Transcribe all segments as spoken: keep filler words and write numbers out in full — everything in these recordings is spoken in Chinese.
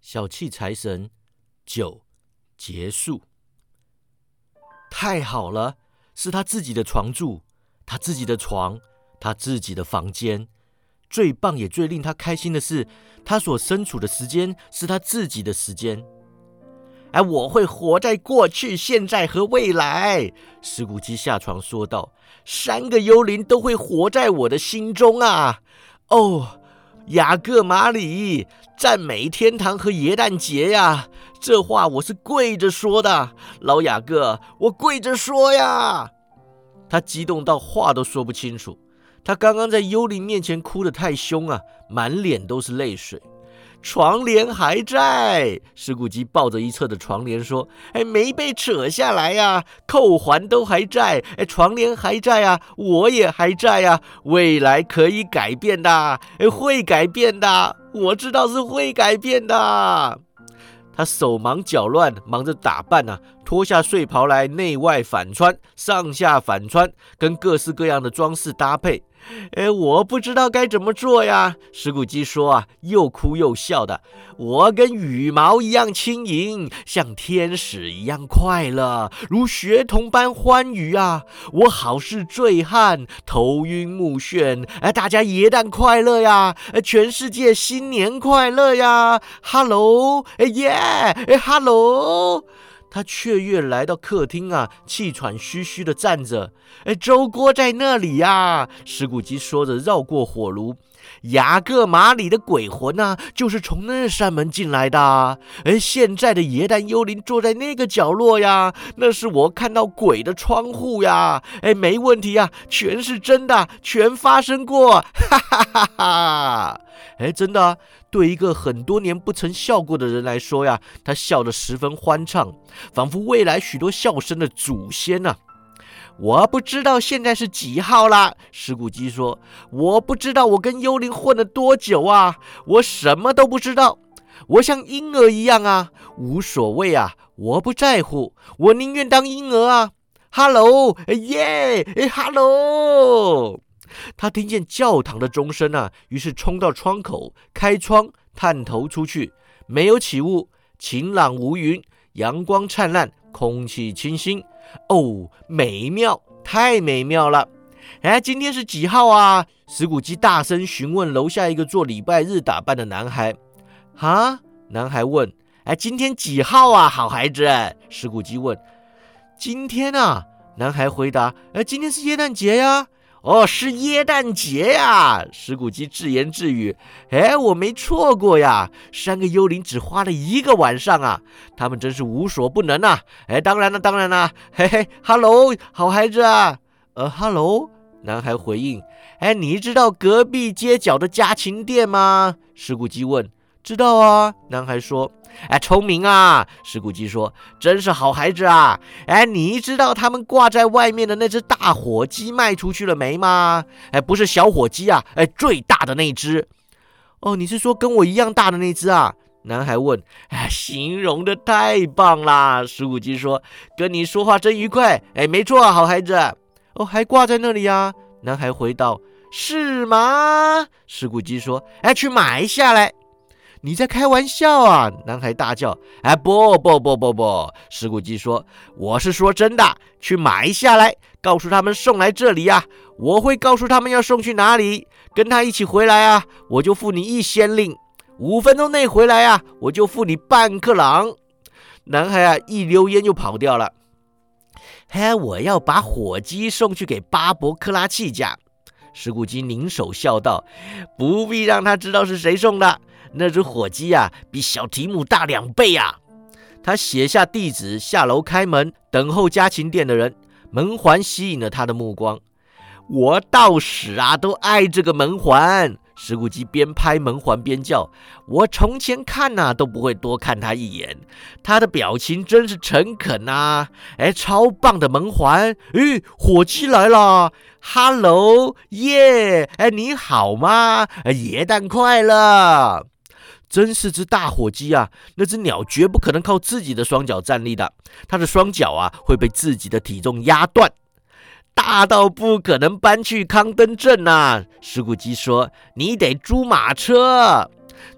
小气财神九结束。太好了，是他自己的床柱，他自己的床，他自己的房间。最棒也最令他开心的是，他所身处的时间是他自己的时间。哎，我会活在过去、现在和未来。石谷鸡下床说道：“三个幽灵都会活在我的心中啊！”哦，雅各马里，赞美天堂和耶诞节呀！这话我是跪着说的，老雅各，我跪着说呀！他激动到话都说不清楚。他刚刚在幽灵面前哭得太凶啊，满脸都是泪水。床帘还在，石谷鸡抱着一侧的床帘说：“哎，没被扯下来呀，扣环都还在，哎，床帘还在啊，我也还在啊，未来可以改变的，哎，会改变的，我知道是会改变的。”他手忙脚乱，忙着打扮啊，脱下睡袍来内外反穿，上下反穿，跟各式各样的装饰搭配。哎，我不知道该怎么做呀。石谷鸡说啊，又哭又笑的。我跟羽毛一样轻盈，像天使一样快乐，如学童般欢愉啊！我好似醉汉，头晕目眩。哎，大家耶诞快乐呀！全世界新年快乐呀 ！Hello， 哎耶，哎 Hello。他雀跃来到客厅啊，气喘吁吁地站着。哎，粥锅在那里呀！石谷鸡说着，绕过火炉。雅各马里的鬼魂啊，就是从那扇门进来的。哎，现在的耶诞幽灵坐在那个角落呀，那是我看到鬼的窗户呀。哎，没问题啊，全是真的，全发生过，哈哈哈哈！哎，真的啊，对一个很多年不曾笑过的人来说呀，他笑得十分欢畅，仿佛未来许多笑声的祖先啊。我不知道现在是几号啦，石谷鸡说。我不知道我跟幽灵混了多久啊，我什么都不知道。我像婴儿一样啊，无所谓啊，我不在乎，我宁愿当婴儿啊。Hello， 耶、yeah, ，Hello。他听见教堂的钟声啊，于是冲到窗口，开窗，探头出去，没有起雾，晴朗无云，阳光灿烂，空气清新。哦，美妙，太美妙了！哎，今天是几号啊？石谷鸡大声询问楼下一个做礼拜日打扮的男孩。哈？男孩问。哎，今天几号啊，好孩子？石谷鸡问。今天啊，男孩回答。哎，今天是耶诞节呀。哦，是耶诞节呀！石谷鸡自言自语。哎，我没错过呀！三个幽灵只花了一个晚上啊，他们真是无所不能啊！哎，当然了，当然了，嘿嘿 ，Hello， 好孩子啊！呃 ，Hello， 男孩回应。哎，你知道隔壁街角的家禽店吗？石谷鸡问。知道啊，男孩说。哎，聪明啊！石谷鸡说，真是好孩子啊！哎，你知道他们挂在外面的那只大火鸡卖出去了没吗？哎，不是小火鸡啊，哎，最大的那只。哦，你是说跟我一样大的那只啊？男孩问。哎，形容的太棒啦！石谷鸡说，跟你说话真愉快。哎，没错啊，好孩子。哦，还挂在那里啊？男孩回道。是吗？石谷鸡说。哎，去买下来。你在开玩笑啊！男孩大叫。哎，不不不不不，石谷鸡说，我是说真的，去买下来，告诉他们送来这里啊，我会告诉他们要送去哪里，跟他一起回来啊，我就付你一先令，五分钟内回来啊，我就付你半克朗。男孩啊，一溜烟就跑掉了。嘿，我要把火鸡送去给巴伯克拉契家。石谷鸡拧手笑道，不必让他知道是谁送的。那只火鸡啊，比小提姆大两倍啊！他写下地址，下楼开门，等候家禽店的人。门环吸引了他的目光。我到死啊，都爱这个门环！石谷鸡边拍门环边叫。我从前看啊，都不会多看他一眼。他的表情真是诚恳啊！哎，超棒的门环！哎，火鸡来了 ！Hello， 耶！哎，你好吗？耶诞快乐！真是只大火鸡啊！那只鸟绝不可能靠自己的双脚站立的，它的双脚啊会被自己的体重压断，大到不可能搬去康登镇啊！石谷鸡说：“你得租马车。”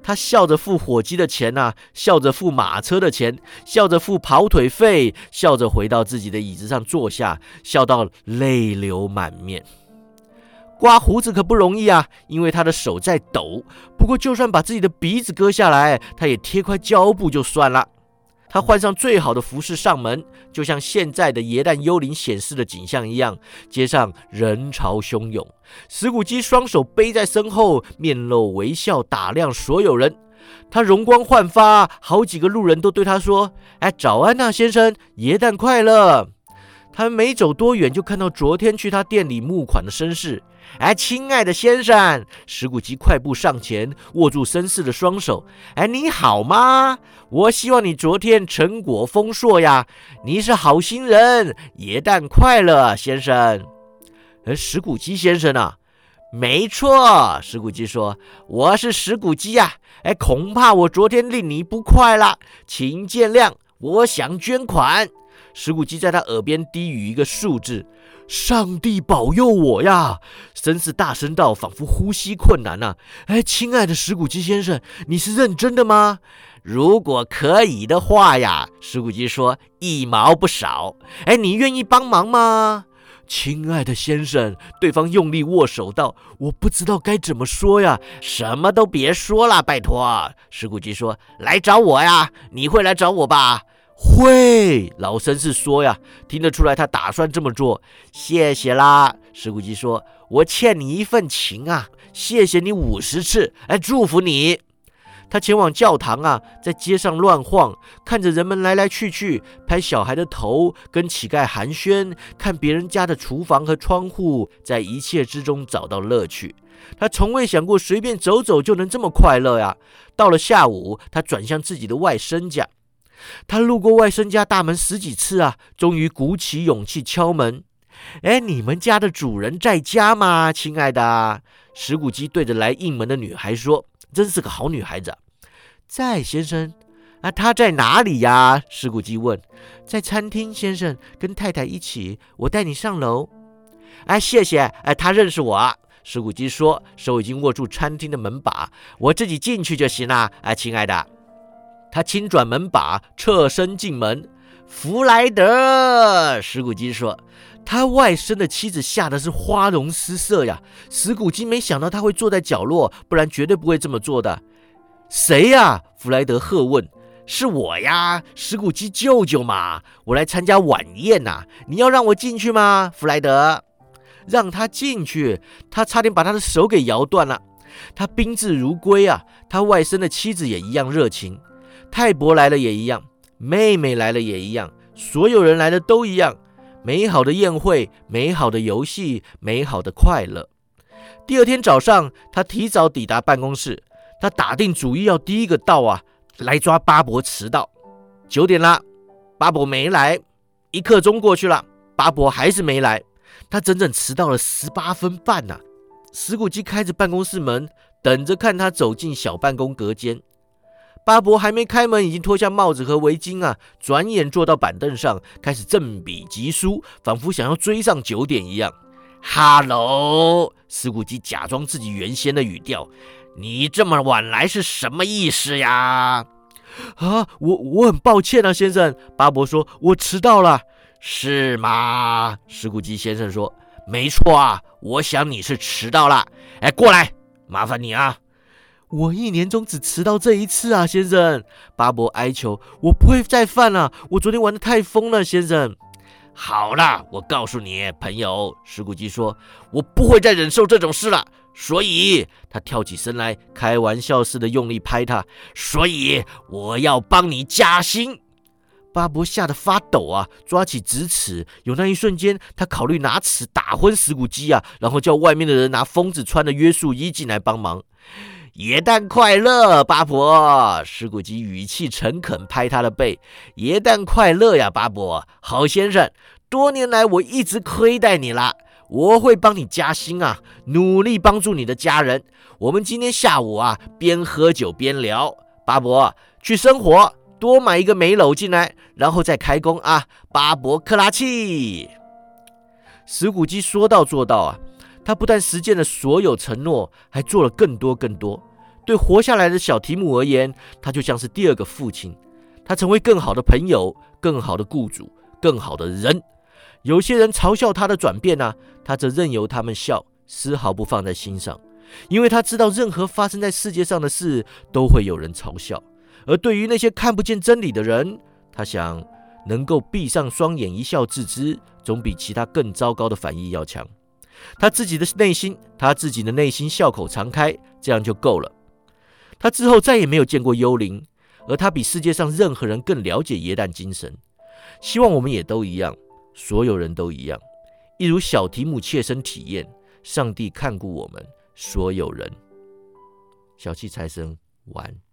他笑着付火鸡的钱啊，笑着付马车的钱，笑着付跑腿费，笑着回到自己的椅子上坐下，笑到泪流满面。刮胡子可不容易啊，因为他的手在抖。不过就算把自己的鼻子割下来，他也贴块胶布就算了。他换上最好的服饰上门，就像现在的耶诞幽灵显示的景象一样，街上人潮汹涌。石谷基双手背在身后，面露微笑打量所有人。他容光焕发，好几个路人都对他说：“哎，早安啊，先生，耶诞快乐！”他没走多远，就看到昨天去他店里募款的绅士。哎，亲爱的先生，石谷基快步上前，握住绅士的双手。哎，你好吗？我希望你昨天成果丰硕呀！你是好心人，耶诞快乐，先生。而石谷基先生啊，没错，石谷基说，我是石谷基呀。哎，恐怕我昨天令你不快了，请见谅，我想捐款。石谷基在他耳边低语一个数字。上帝保佑我呀！绅士大声道，仿佛呼吸困难啊。哎，亲爱的石谷基先生，你是认真的吗？如果可以的话呀，石谷基说，一毛不少。哎，你愿意帮忙吗？亲爱的先生，对方用力握手道，我不知道该怎么说呀。什么都别说了，拜托。石谷基说，来找我呀，你会来找我吧？会，老绅士说呀，听得出来他打算这么做。谢谢啦，石谷基说，我欠你一份情啊，谢谢你五十次，哎，祝福你。他前往教堂啊，在街上乱晃，看着人们来来去去，拍小孩的头，跟乞丐寒暄，看别人家的厨房和窗户，在一切之中找到乐趣。他从未想过随便走走就能这么快乐呀。到了下午，他转向自己的外甥家。他路过外甥家大门十几次啊，终于鼓起勇气敲门。哎，你们家的主人在家吗，亲爱的？石谷基对着来应门的女孩说，真是个好女孩子啊。在，先生。啊，她在哪里呀？石谷基问。在餐厅，先生，跟太太一起，我带你上楼。哎，谢谢。哎，她认识我。石谷基说，手已经握住餐厅的门把，我自己进去就行了。哎，亲爱的。他轻转门把，侧身进门。弗莱德，石谷基说，他外甥的妻子吓得是花容失色呀。石谷基没想到他会坐在角落，不然绝对不会这么做的。谁呀？弗莱德喝问。是我呀，石谷基舅舅嘛，我来参加晚宴呐、啊。你要让我进去吗，弗莱德？让他进去，他差点把他的手给摇断了。他宾至如归啊，他外甥的妻子也一样热情。泰伯来了也一样，妹妹来了也一样，所有人来的都一样。美好的宴会，美好的游戏，美好的快乐。第二天早上，他提早抵达办公室，他打定主意要第一个到啊，来抓巴伯迟到。九点了，巴伯没来，一刻钟过去了，巴伯还是没来，他整整迟到了十八分半啊。石谷基开着办公室门，等着看他走进小办公隔间。巴伯还没开门，已经脱下帽子和围巾啊，转眼坐到板凳上，开始振笔疾书，仿佛想要追上九点一样。哈喽，石谷基假装自己原先的语调，你这么晚来是什么意思呀？啊，我我很抱歉啊，先生。巴伯说，我迟到了。是吗？石谷基先生说，没错啊，我想你是迟到了。哎，过来，麻烦你啊。我一年中只迟到这一次啊，先生。巴伯哀求，我不会再犯了，我昨天玩得太疯了，先生。好了，我告诉你，朋友，石谷基说，我不会再忍受这种事了。所以，他跳起身来，开玩笑似的用力拍他。所以，我要帮你加薪。巴伯吓得发抖啊，抓起直尺。有那一瞬间，他考虑拿尺打昏石谷基啊，然后叫外面的人拿疯子穿的约束衣进来帮忙。耶诞快乐，巴伯！石谷基语气诚恳拍他的背。耶诞快乐呀，巴伯！好先生，多年来我一直亏待你了，我会帮你加薪啊，努力帮助你的家人。我们今天下午啊，边喝酒边聊。巴伯，去生活，多买一个煤篓进来，然后再开工啊！巴伯克拉契。石谷基说到做到啊。他不但实践了所有承诺，还做了更多更多。 对活下来的小提姆而言，他就像是第二个父亲。他成为更好的朋友，更好的雇主，更好的人。有些人嘲笑他的转变啊，他则任由他们笑，丝毫不放在心上，因为他知道任何发生在世界上的事都会有人嘲笑。而对于那些看不见真理的人，他想能够闭上双眼一笑置之，总比其他更糟糕的反应要强。他自己的内心，他自己的内心笑口常开，这样就够了。他之后再也没有见过幽灵，而他比世界上任何人更了解耶诞精神。希望我们也都一样，所有人都一样，一如小提姆切身体验，上帝看顾我们所有人。小气财神晚安。